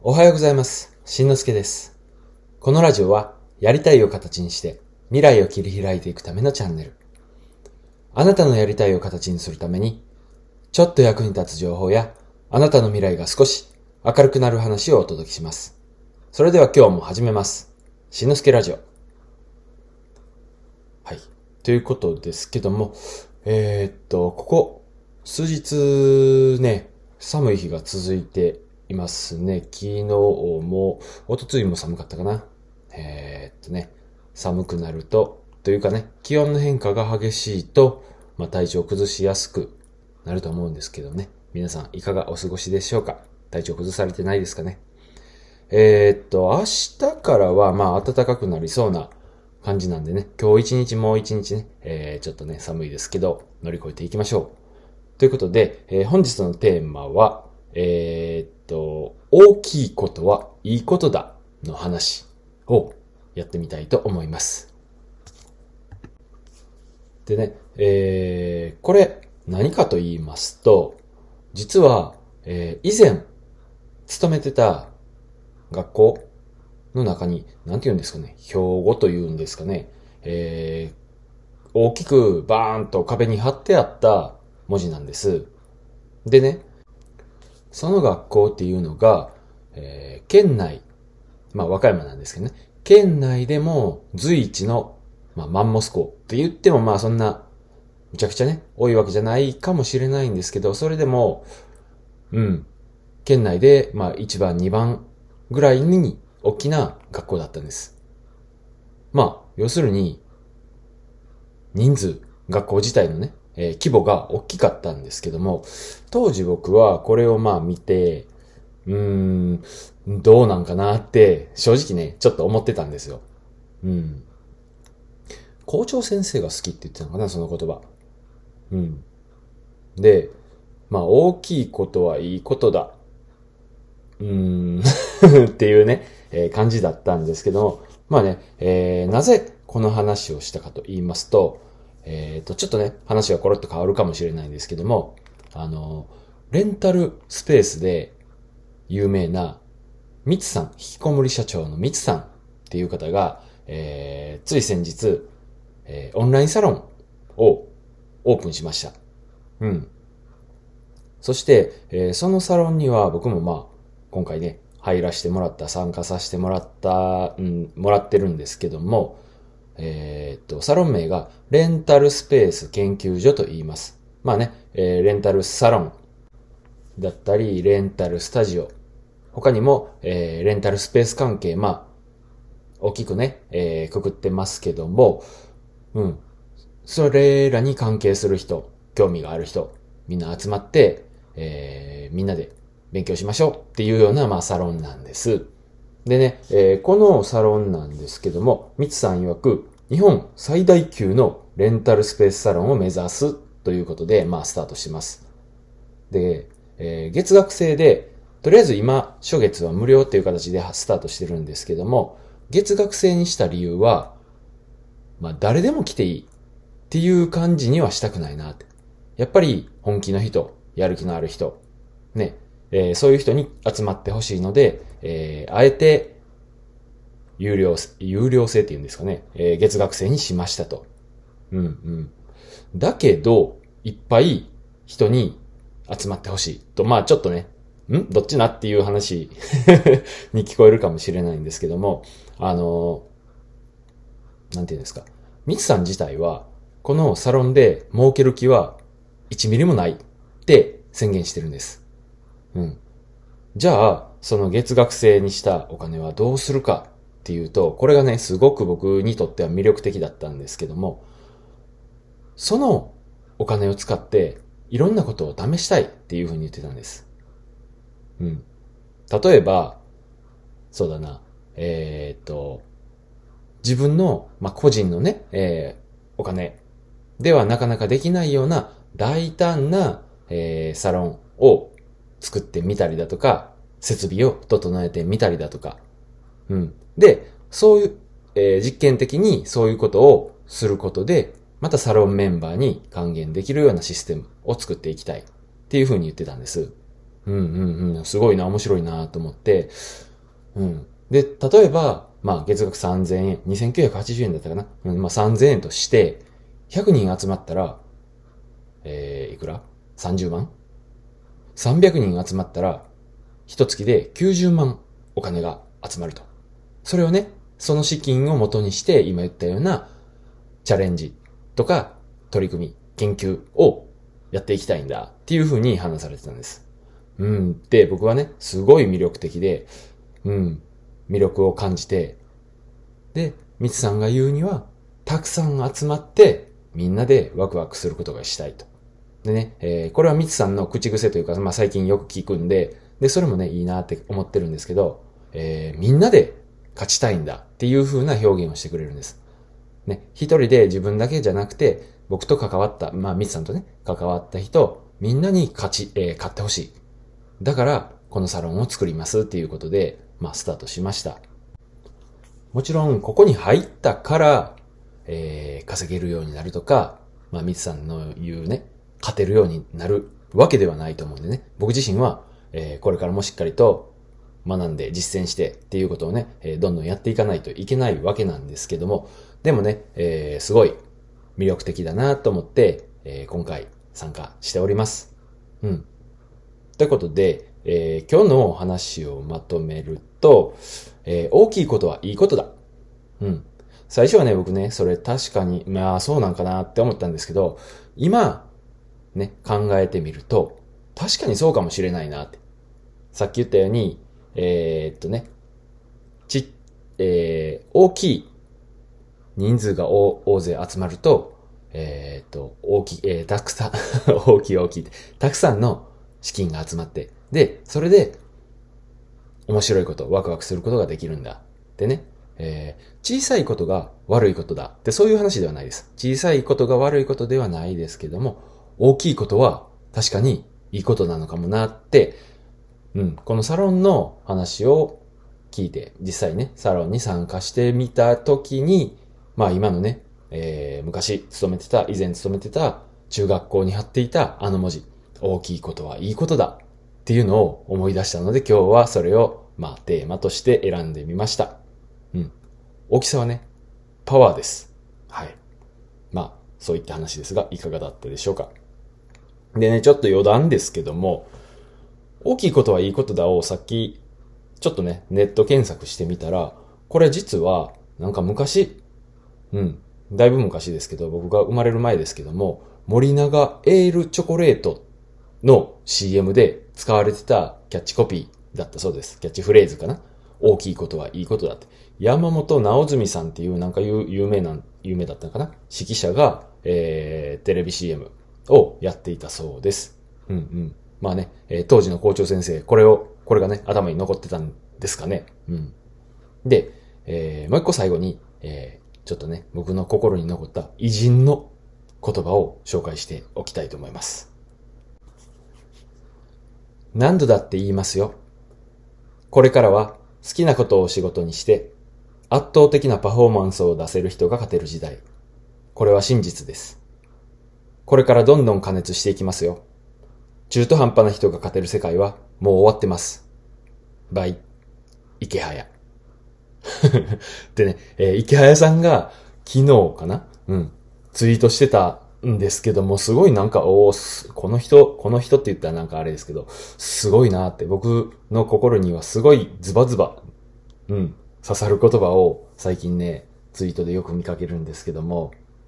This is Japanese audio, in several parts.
おはようございます。しんのすけです。このラジオは、やりたいを形にして、未来を切り開いていくためのチャンネル。あなたのやりたいを形にするために、ちょっと役に立つ情報や、あなたの未来が少し明るくなる話をお届けします。それでは今日も始めます。しんのすけラジオ。はい。ということですけども、ここ、数日ね、寒い日が続いていますね。昨日も、一昨日も寒かったかな。寒くなるというかね、気温の変化が激しいと、体調を崩しやすくなると思うんですけどね。皆さんいかがお過ごしでしょうか？体調崩されてないですかね？明日からは暖かくなりそうな感じなんでね、今日一日もう一日ね、ちょっとね、寒いですけど、乗り越えていきましょう。ということで、本日のテーマは、大きいことはいいことだの話をやってみたいと思います。でね、これ何かと言いますと、実は、以前勤めてた学校の中に、なんて言うんですかね、標語と言うんですかね、大きくバーンと壁に貼ってあった文字なんです。でね、その学校っていうのが、県内、和歌山なんですけどね、県内でも随一の、マンモス校って言ってもそんな、むちゃくちゃね、多いわけじゃないかもしれないんですけど、それでも、県内で、1番、2番ぐらいに大きな学校だったんです。要するに、人数、学校自体のね、規模が大きかったんですけども、当時僕はこれを見て、どうなんかなって、正直ね、ちょっと思ってたんですよ。校長先生が好きって言ってたのかな、その言葉。で、大きいことはいいことだ。っていうね、感じだったんですけども、なぜこの話をしたかと言いますと、ちょっとね、話がコロッと変わるかもしれないんですけども、レンタルスペースで有名なミツさん、引きこもり社長のミツさんっていう方が、つい先日、オンラインサロンをオープンしました。そして、そのサロンには僕も今回ね、入らせてもらった、参加させてもらった、もらってるんですけども、サロン名がレンタルスペース研究所と言います。レンタルサロンだったり、レンタルスタジオ、他にも、レンタルスペース関係、大きくね、くくってますけども、それらに関係する人、興味がある人、みんな集まって、みんなで勉強しましょうっていうような、サロンなんです。でね、このサロンなんですけども、ミツさん曰く、日本最大級のレンタルスペースサロンを目指すということで、スタートします。で、月額制で、とりあえず今、初月は無料っていう形でスタートしてるんですけども、月額制にした理由は、誰でも来ていいっていう感じにはしたくないなって。やっぱり本気の人、やる気のある人、ね、そういう人に集まってほしいので、あえて、有料制っていうんですかね、月額制にしましたと。だけど、いっぱい人に集まってほしいと、ちょっとね、どっちなっていう話に聞こえるかもしれないんですけども、なんていうんですか。ミツさん自体は、このサロンで儲ける気は1ミリもないって宣言してるんです。じゃあ、その月額制にしたお金はどうするかっていうと、これがね、すごく僕にとっては魅力的だったんですけども、そのお金を使っていろんなことを試したいっていうふうに言ってたんです。例えば、そうだな、自分の、個人のね、お金ではなかなかできないような大胆な、サロンを作ってみたりだとか、設備を整えてみたりだとか。で、そういう、実験的にそういうことをすることで、またサロンメンバーに還元できるようなシステムを作っていきたいっていうふうに言ってたんです。 すごいな、面白いなと思って、で、例えば、月額3000円、2980円だったかな。3000円として、100人集まったら、いくら ?30 万 ?300 人集まったら、一月で90万お金が集まると。それをね、その資金を元にして、今言ったようなチャレンジとか取り組み、研究をやっていきたいんだっていう風に話されてたんです。で、僕はね、すごい魅力的で、魅力を感じて、で、ミツさんが言うには、たくさん集まって、みんなでワクワクすることがしたいと。でね、これはミツさんの口癖というか、最近よく聞くんで、それもね、いいなって思ってるんですけど、みんなで勝ちたいんだっていう風な表現をしてくれるんです。ね、一人で自分だけじゃなくて、僕と関わった、ミツさんとね、関わった人、みんなに勝ってほしい。だから、このサロンを作りますっていうことで、スタートしました。もちろん、ここに入ったから、稼げるようになるとか、ミツさんの言うね、勝てるようになるわけではないと思うんでね。僕自身は、これからもしっかりと学んで実践してっていうことをね、どんどんやっていかないといけないわけなんですけども、でもね、すごい魅力的だなと思って、今回参加しております。ということで、今日の話をまとめると、大きいことはいいことだ。最初はね、僕ね、それ確かに、そうなんかなって思ったんですけど、今、ね、考えてみると、確かにそうかもしれないなって。さっき言ったように、大きい人数が大勢集まると、たくさん大きい、たくさんの資金が集まって、で、それで、面白いこと、ワクワクすることができるんだ。ってね、小さいことが悪いことだってそういう話ではないです。小さいことが悪いことではないですけども、大きいことは確かにいいことなのかもなって、このサロンの話を聞いて、実際ね、サロンに参加してみたときに、今のね、以前勤めてた中学校に貼っていたあの文字、大きいことはいいことだっていうのを思い出したので、今日はそれをテーマとして選んでみました。大きさはね、パワーです。はい。そういった話ですが、いかがだったでしょうか。でね、ちょっと余談ですけども、大きいことはいいことだをさっき、ちょっとね、ネット検索してみたら、これ実は、昔、だいぶ昔ですけど、僕が生まれる前ですけども、森永エールチョコレートの CM で使われてたキャッチコピーだったそうです。キャッチフレーズかな。大きいことはいいことだって。山本直純さんっていう有名だったのかな指揮者が、テレビ CM をやっていたそうです。当時の校長先生、これがね、頭に残ってたんですかね。で、もう一個最後に、ちょっとね、僕の心に残った偉人の言葉を紹介しておきたいと思います。何度だって言いますよ。これからは好きなことを仕事にして圧倒的なパフォーマンスを出せる人が勝てる時代。これは真実です。これからどんどん加熱していきますよ。中途半端な人が勝てる世界はもう終わってます。バイ、池早。でね、池早さんが昨日かなツイートしてたんですけども、すごいこの人って言ったらあれですけど、すごいなって、僕の心にはすごいズバズバ、刺さる言葉を最近ね、ツイートでよく見かけるんですけども、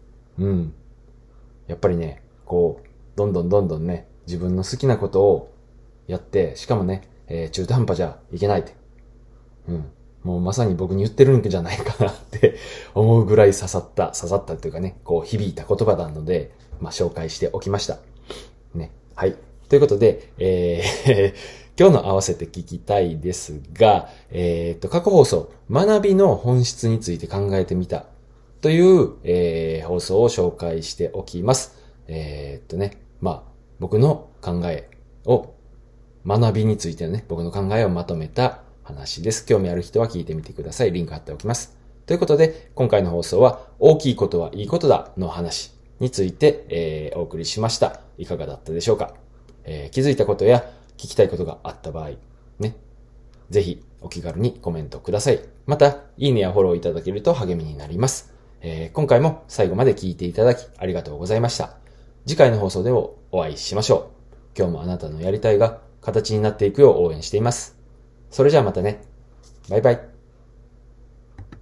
やっぱりね、どんどんね、自分の好きなことをやって、しかもね、中途半端じゃいけないって。もうまさに僕に言ってるんじゃないかなって思うぐらい刺さったっていうかね、響いた言葉なので、紹介しておきました。ね。はい。ということで、今日の合わせて聞きたいですが、過去放送、学びの本質について考えてみたという、放送を紹介しておきます。僕の考えを、学びについてのね、僕の考えをまとめた話です。興味ある人は聞いてみてください。リンク貼っておきます。ということで、今回の放送は、大きいことはいいことだの話について、お送りしました。いかがだったでしょうか。気づいたことや聞きたいことがあった場合、ね。ぜひお気軽にコメントください。また、いいねやフォローいただけると励みになります。今回も最後まで聞いていただきありがとうございました。次回の放送でお会いしましょう。今日もあなたのやりたいが形になっていくよう応援しています。それじゃあまたね。バイバイ。